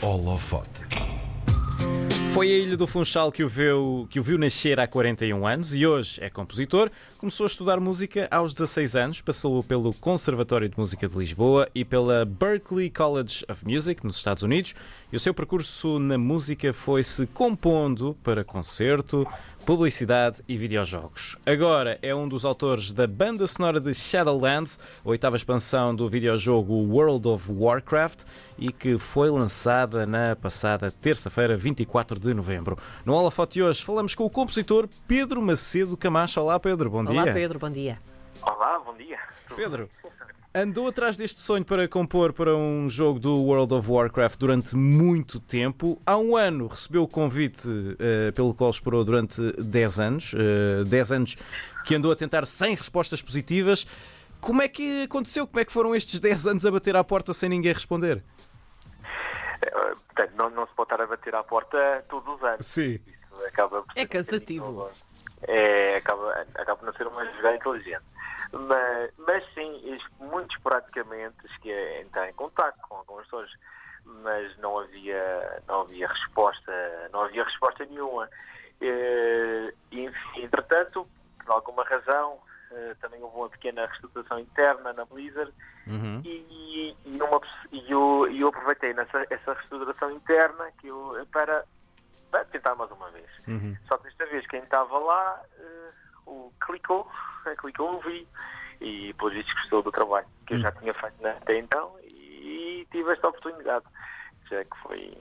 Holofote. Foi a Ilha do Funchal que o viu nascer há 41 anos e hoje é compositor. Começou a estudar música aos 16 anos, passou pelo Conservatório de Música de Lisboa e pela Berklee College of Music, nos Estados Unidos, e o seu percurso na música foi-se compondo para concerto, publicidade e videojogos. Agora é um dos autores da banda sonora de Shadowlands, a oitava expansão do videojogo World of Warcraft, e que foi lançada na passada terça-feira, 24 de novembro. No Holofote de hoje falamos com o compositor Pedro Macedo Camacho. Olá, Pedro, bom dia. Olá, Pedro, bom dia. Olá, bom dia. Pedro, andou atrás deste sonho para compor para um jogo do World of Warcraft durante muito tempo. Há um ano recebeu o convite pelo qual esperou durante 10 anos. 10 anos que andou a tentar sem respostas positivas. Como é que aconteceu? Como é que foram estes 10 anos a bater à porta sem ninguém responder? Portanto, não se pode estar a bater à porta todos os anos. Sim. Isso acaba por É cansativo. Acaba por não ser uma jogada inteligente. Mas sim, muito esporadicamente cheguei a entrar em contato com algumas pessoas, mas não havia resposta nenhuma. Enfim, entretanto, por alguma razão, também houve uma pequena reestruturação interna na Blizzard. Uhum. E eu aproveitei essa reestruturação interna para tentar mais uma vez. Uhum. Só que desta vez quem estava lá clicou ouvir e pelos vistos gostou do trabalho que eu já tinha feito até então e tive esta oportunidade. Já que foi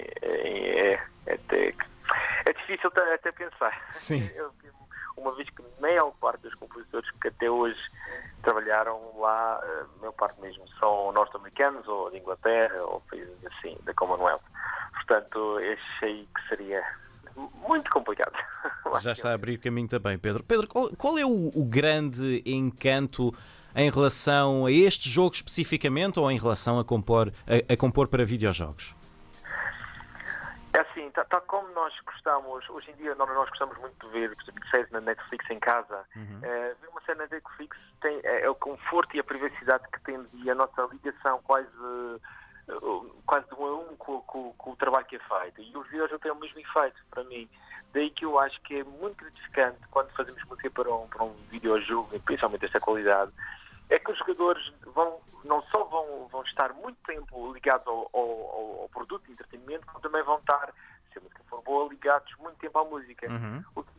é difícil até pensar. Sim. Uma vez que a maior parte dos compositores que até hoje trabalharam lá, a maior parte mesmo, são norte-americanos ou de Inglaterra ou países assim, da Commonwealth. Portanto, achei que seria muito complicado. Já está a abrir caminho também, Pedro. Pedro, qual é o grande encanto em relação a este jogo especificamente ou em relação a compor para videojogos? É assim, tal como nós gostamos, hoje em dia nós gostamos muito de ver, por exemplo, séries na Netflix em casa. Ver uma série na Netflix é o conforto e a privacidade que temos e a nossa ligação quase de um a um com o trabalho que é feito. E os videojogos têm o mesmo efeito para mim. Daí que eu acho que é muito gratificante quando fazemos música para um videojogo, principalmente esta qualidade, é que os jogadores não só vão estar muito tempo ligados ao produto de entretenimento, como também vão estar, se a música for boa, ligados muito tempo à música. Uhum.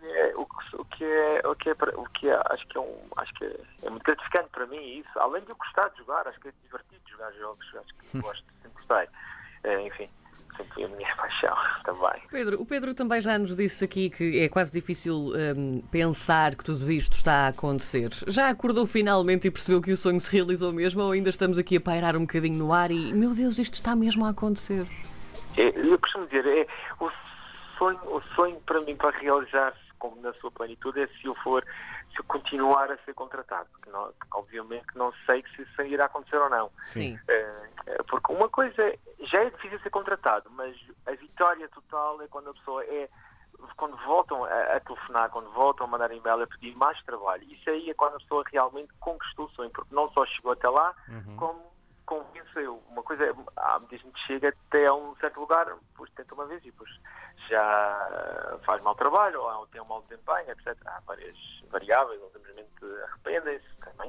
Acho que é muito gratificante para mim isso. Além de eu gostar de jogar, acho que é divertido jogar jogos, acho que sempre gostei. Enfim, sempre foi a minha paixão também. Pedro, o Pedro também já nos disse aqui que é quase difícil pensar que tudo isto está a acontecer. Já acordou finalmente e percebeu que o sonho se realizou mesmo ou ainda estamos aqui a pairar um bocadinho no ar e, meu Deus, isto está mesmo a acontecer? Eu costumo dizer, o sonho para mim, para realizar-se como na sua plenitude, é se eu continuar a ser contratado. Que obviamente que não sei se isso irá acontecer ou não. Sim. Porque uma coisa, já é difícil ser contratado, mas a vitória total é quando a pessoa quando voltam a telefonar, quando voltam a mandar e-mail a pedir mais trabalho. Isso aí é quando a pessoa realmente conquistou o sonho, porque não só chegou até lá, como convenceu. Uma coisa, há muita gente que chega até a um certo lugar, depois tenta uma vez e depois já faz mau trabalho, ou tem um mau desempenho, etc. Há várias variáveis, ou simplesmente arrependem-se também.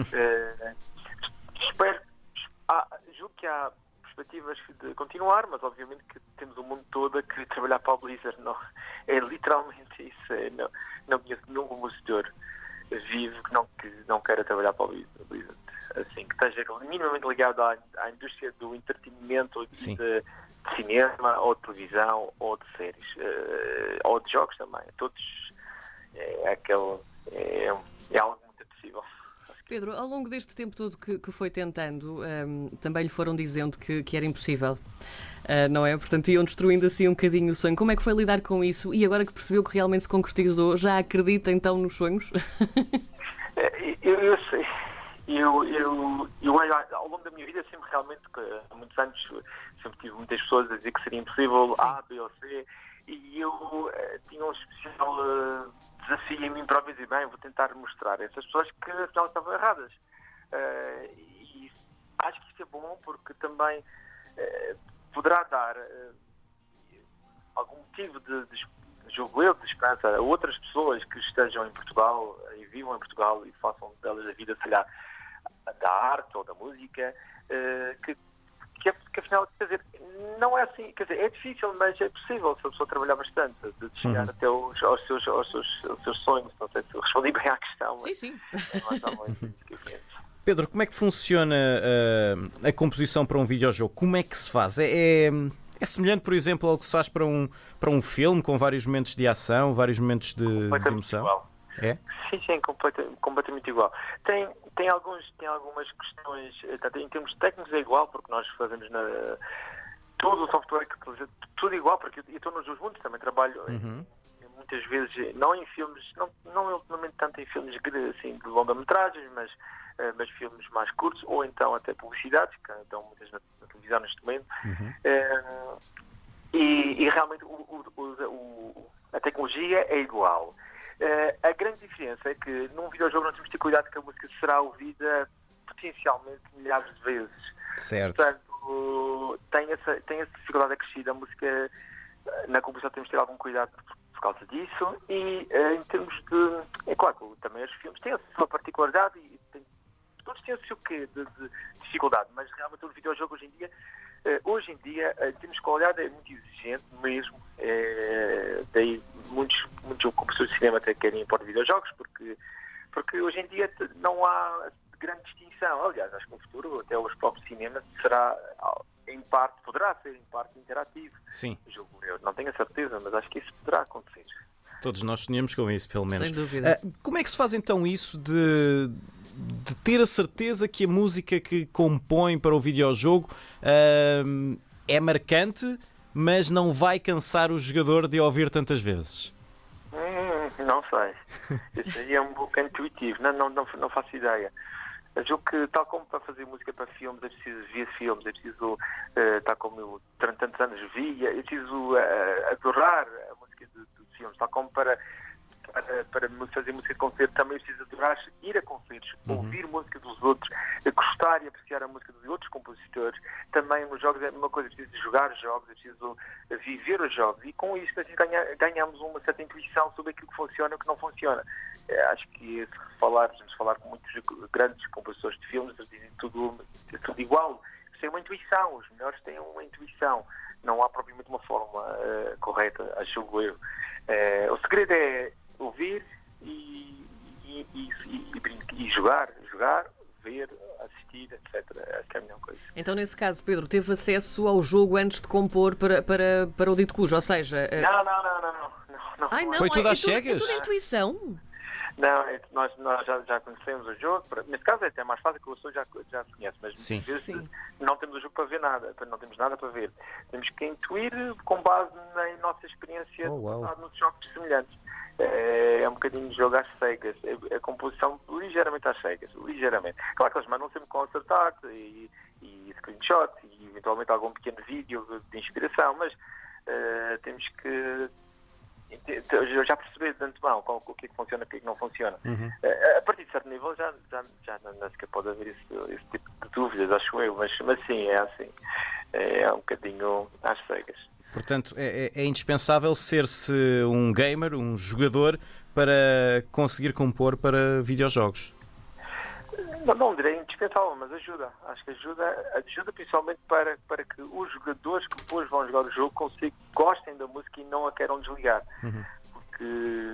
Julgo que há perspectivas de continuar, mas obviamente que temos o mundo todo a querer trabalhar para a Blizzard. Não, é literalmente isso. Não conheço nenhum compositor vivo que não queira trabalhar para a Blizzard. Assim, que esteja minimamente ligado à indústria do entretenimento, de cinema, ou de televisão, ou de séries, ou de jogos também. Todos é algo muito possível. Pedro, ao longo deste tempo todo que foi tentando, também lhe foram dizendo que era impossível, não é? Portanto, iam destruindo assim um bocadinho o sonho. Como é que foi lidar com isso? E agora que percebeu que realmente se concretizou, já acredita então nos sonhos? Eu sei. Eu ao longo da minha vida sempre realmente, há muitos anos, sempre tive muitas pessoas a dizer que seria impossível A, B ou C, e eu tinha um especial desafio em mim próprio dizer, bem, vou tentar mostrar a essas pessoas que afinal estavam erradas. E acho que isso é bom porque também poderá dar algum motivo julgo eu, de esperança a outras pessoas que estejam em Portugal e vivam em Portugal e façam delas a vida, sei lá, da arte ou da música, que afinal, quer dizer, não é assim, quer dizer, é difícil, mas é possível se a pessoa trabalhar bastante, de chegar até aos seus sonhos. Não sei se eu respondi bem à questão. Sim. Pedro, como é que funciona a composição para um videojogo? Como é que se faz? É semelhante, por exemplo, ao que se faz para um filme, com vários momentos de ação, vários momentos de emoção? Igual. É? Sim, completamente igual. Tem algumas questões, em termos técnicos é igual, porque nós fazemos todo o software, tudo igual, porque eu estou nos dois mundos, também trabalho muitas vezes, não em filmes, não ultimamente tanto em filmes assim, de longa-metragem, mas filmes mais curtos, ou então até publicidades, que estão muitas na televisão neste momento. E realmente a tecnologia é igual. A grande diferença é que num videojogo nós temos de ter cuidado que a música será ouvida potencialmente milhares de vezes. Certo. Portanto, tem essa dificuldade acrescida. A música, na composição, temos de ter algum cuidado por causa disso. E em termos de... É claro que também os filmes têm a sua particularidade e todos têm o seu quê de dificuldade, mas realmente o videojogo hoje em dia, em termos de qualidade, é muito exigente mesmo. Daí muitos compositores de cinema até querem impor videojogos, porque hoje em dia não há grande distinção. Aliás, acho que no futuro até os próprios cinemas poderá ser em parte interativo. Sim. Eu não tenho a certeza, mas acho que isso poderá acontecer. Todos nós sonhamos com isso, pelo menos. Sem dúvida. Como é que se faz então isso de ter a certeza que a música que compõe para o videojogo é marcante, mas não vai cansar o jogador de ouvir tantas vezes? Não sei. Isso aí é um pouco intuitivo. Não faço ideia. Eu julgo que, tal como para fazer música para filmes, é preciso ver filmes, é preciso, tal como eu durante tantos anos via, é preciso adorar a música de filmes, tal como para fazer música de concerto também é preciso adorar ir a concertos, ouvir música dos outros, gostar e apreciar a música dos outros compositores. Também nos jogos é uma coisa, é preciso jogar jogos, é preciso viver os jogos, e com isso ganhamos uma certa intuição sobre aquilo que funciona e o que não funciona. Acho que se falar com muitos grandes compositores de filmes, eles dizem tudo igual. Isso é uma intuição, os melhores têm uma intuição, não há propriamente uma forma correta, acho eu. O segredo é ouvir e jogar, ver, assistir, etc. Acho que é a melhor coisa. Então, nesse caso, Pedro, teve acesso ao jogo antes de compor para o Dito Cujo, ou seja... Não. Ai, não, Foi tudo às É cegas? tudo intuição? Não, nós já conhecemos o jogo. Nesse caso é até mais fácil, que o pessoa já se conhece, mas Sim. às vezes não temos o jogo para ver nada, não temos nada para ver. Temos que intuir com base na nossa experiência nos jogos semelhantes. É um bocadinho de jogo às cegas, a composição ligeiramente às cegas, ligeiramente. Claro que eles mandam sempre com concept art e screenshot e eventualmente algum pequeno vídeo de inspiração, mas temos que já perceber de antemão o que é que funciona e o que é que não funciona. A partir de certo nível já não sequer pode haver esse tipo de dúvidas, acho eu, mas sim, é assim. É um bocadinho às cegas. Portanto, é indispensável ser-se um gamer, um jogador, para conseguir compor para videojogos. Não direi indispensável, mas ajuda. Acho que ajuda principalmente para que os jogadores que depois vão jogar o jogo gostem da música e não a queiram desligar. Porque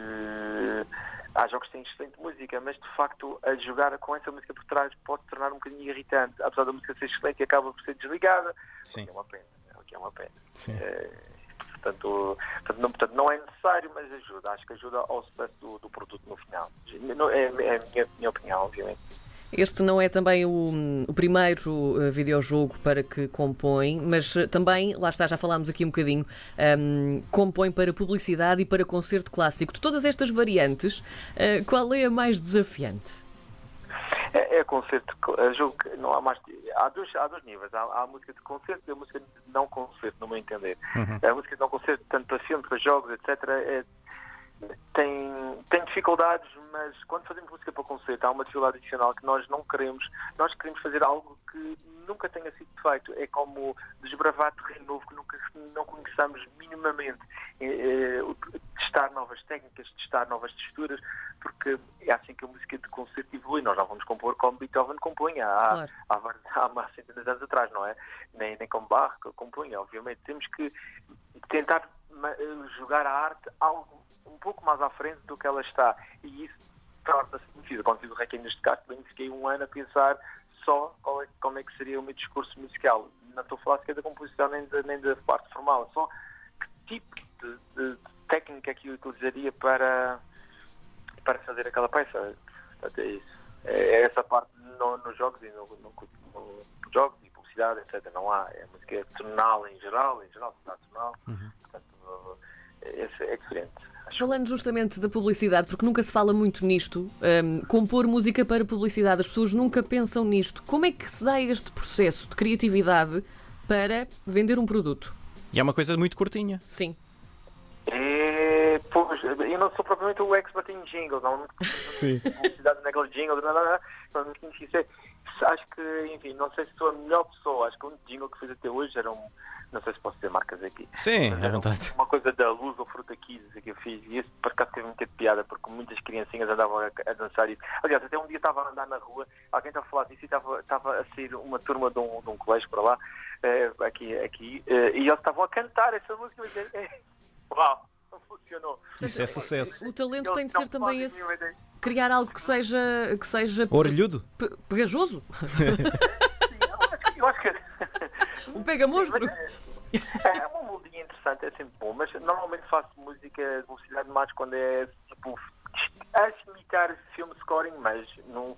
há jogos que têm excelente música, mas de facto a jogar com essa música por trás pode se tornar um bocadinho irritante. Apesar da música ser excelente e acaba por ser desligada. Sim. O que é uma pena. Sim. Portanto, não é necessário, mas ajuda. Acho que ajuda ao sucesso do produto no final. É a minha opinião, obviamente. Este não é também o primeiro videojogo para que compõe, mas também, lá está, já falámos aqui um bocadinho, compõe para publicidade e para concerto clássico. De todas estas variantes, qual é a mais desafiante? É concerto, jogo, não há mais. Há dois níveis. Há a música de concerto e a música de não concerto, no meu entender. A música de não concerto, tanto para filmes, para jogos, etc., tem dificuldades, mas quando fazemos música para concerto há uma dificuldade adicional que nós não queremos. Nós queremos fazer algo que nunca tenha sido feito. É como desbravar terreno novo que nunca não conheçamos minimamente. Testar novas técnicas, testar novas texturas, porque é assim que a música de concerto evolui. Nós não vamos compor como Beethoven compunha há centenas de anos atrás, não é? Nem como Bach compunha, obviamente. Temos que tentar jogar a arte algo um pouco mais à frente do que ela está, e isso torna-se difícil. Quando fiz o Requiem neste caso, fiquei um ano a pensar só como é que seria o meu discurso musical. Não estou a falar sequer da composição nem da parte formal, só que tipo de técnica que eu utilizaria para fazer aquela peça. Portanto, é isso. É essa parte nos jogos e no jogos e publicidade, etc. Não há. É música tonal em geral, tonal. Portanto, é diferente. Falando justamente da publicidade, porque nunca se fala muito nisto, compor música para publicidade, as pessoas nunca pensam nisto. Como é que se dá este processo de criatividade para vender um produto? E é uma coisa muito curtinha. Sim. Pois, eu não sou propriamente o expert em jingles, não Sim. publicidade naquele jingle, acho que, enfim, não sei se sou a melhor pessoa. Acho que o único jingle que fiz até hoje era não sei se posso dizer marcas aqui. Sim, à vontade. Uma coisa da Luz ou Fruta Kids que eu fiz, e isso por acaso teve muita piada, porque muitas criancinhas andavam a dançar isso. Aliás, até um dia estava a andar na rua, alguém estava a falar disso e estava a sair uma turma de um colégio para lá, aqui, e eles estavam a cantar essa música e uau, não funcionou. Isso é sucesso. O talento tem de ser também esse. Criar algo que seja orelhudo? Pegajoso? Eu acho que Um pega-monstro? é uma melodia interessante, é sempre bom, mas normalmente faço música de velocidade mais quando é tipo a imitar film scoring, mas num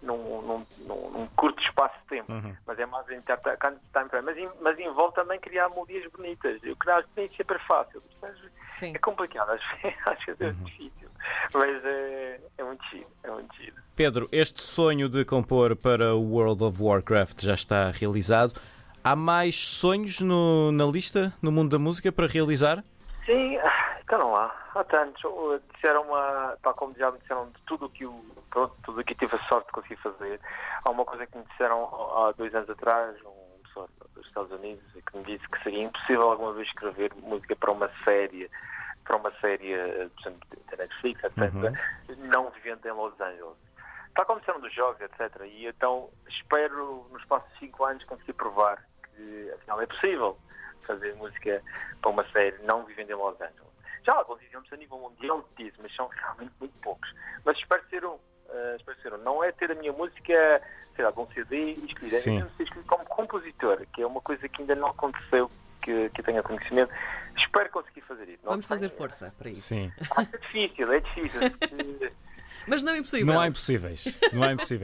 curto espaço de tempo. Mas é mais imitar time frame. Mas envolve também criar melodias bonitas. Eu que acho que nem sempre é fácil. Sim. É complicado, acho que é difícil. Mas é muito giro. Pedro, este sonho de compor para o World of Warcraft já está realizado. Há mais sonhos na lista, no mundo da música, para realizar? Sim, então não há tantos. Disseram tal como já me disseram de tudo o que tudo o que tive a sorte de conseguir fazer. Há uma coisa que me disseram há 2 anos atrás, um professor dos Estados Unidos, que me disse que seria impossível alguma vez escrever música para uma série, por exemplo, da Netflix, etc., não vivendo em Los Angeles. Tal como disseram dos jogos, etc. E então espero, no espaço de 5 anos, conseguir provar que afinal é possível fazer música para uma série não vivendo em Los Angeles. Já há alguns exemplos a nível mundial disso, mas são realmente muito poucos. Mas espero ser um. Não é ter a minha música, sei lá, de um CD e escolher. É mesmo ser escolhido como compositor, que é uma coisa que ainda não aconteceu, que eu tenha conhecimento. Espero conseguir fazer isso. Vamos fazer força para isso. Sim. Acho que é difícil. Mas não é impossível. Não há impossíveis. Não sei.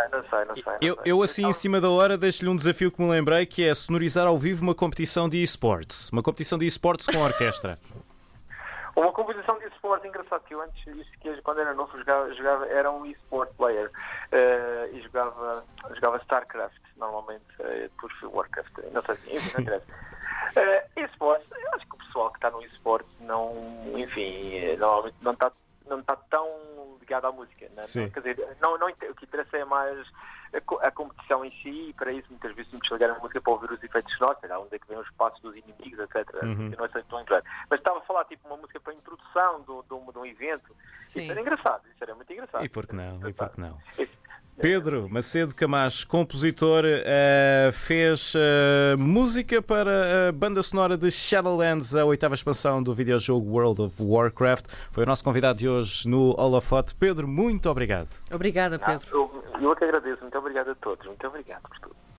Eu assim, Então, em cima da hora, deixo-lhe um desafio que me lembrei, que é sonorizar ao vivo uma competição de e-sports. Uma competição de e-sports com orquestra. Uma composição de esportes engraçado, que eu antes disse que quando era novo jogava era um e-sport player e jogava StarCraft normalmente, depois fui Warcraft, não sei se não interessa. E-sports, eu acho que o pessoal que está no e-sport normalmente não está tão ligado à música, né? Quer dizer, o que interessa é mais a competição em si, e para isso muitas vezes me desligaram a música para ouvir os efeitos sonoros, onde é que vem os passos dos inimigos, etc. Eu não sei se estou a entrar. Mas estava a falar tipo uma música para a introdução de um evento. Sim. Isso era engraçado, isso era muito engraçado. E por que não? Pedro Macedo Camacho, compositor, fez música para a banda sonora de Shadowlands, a 8ª expansão do videojogo World of Warcraft. Foi o nosso convidado de hoje no Holofote. Pedro, muito obrigado. Obrigada, Pedro. Eu que agradeço. Muito obrigado a todos. Muito obrigado por tudo.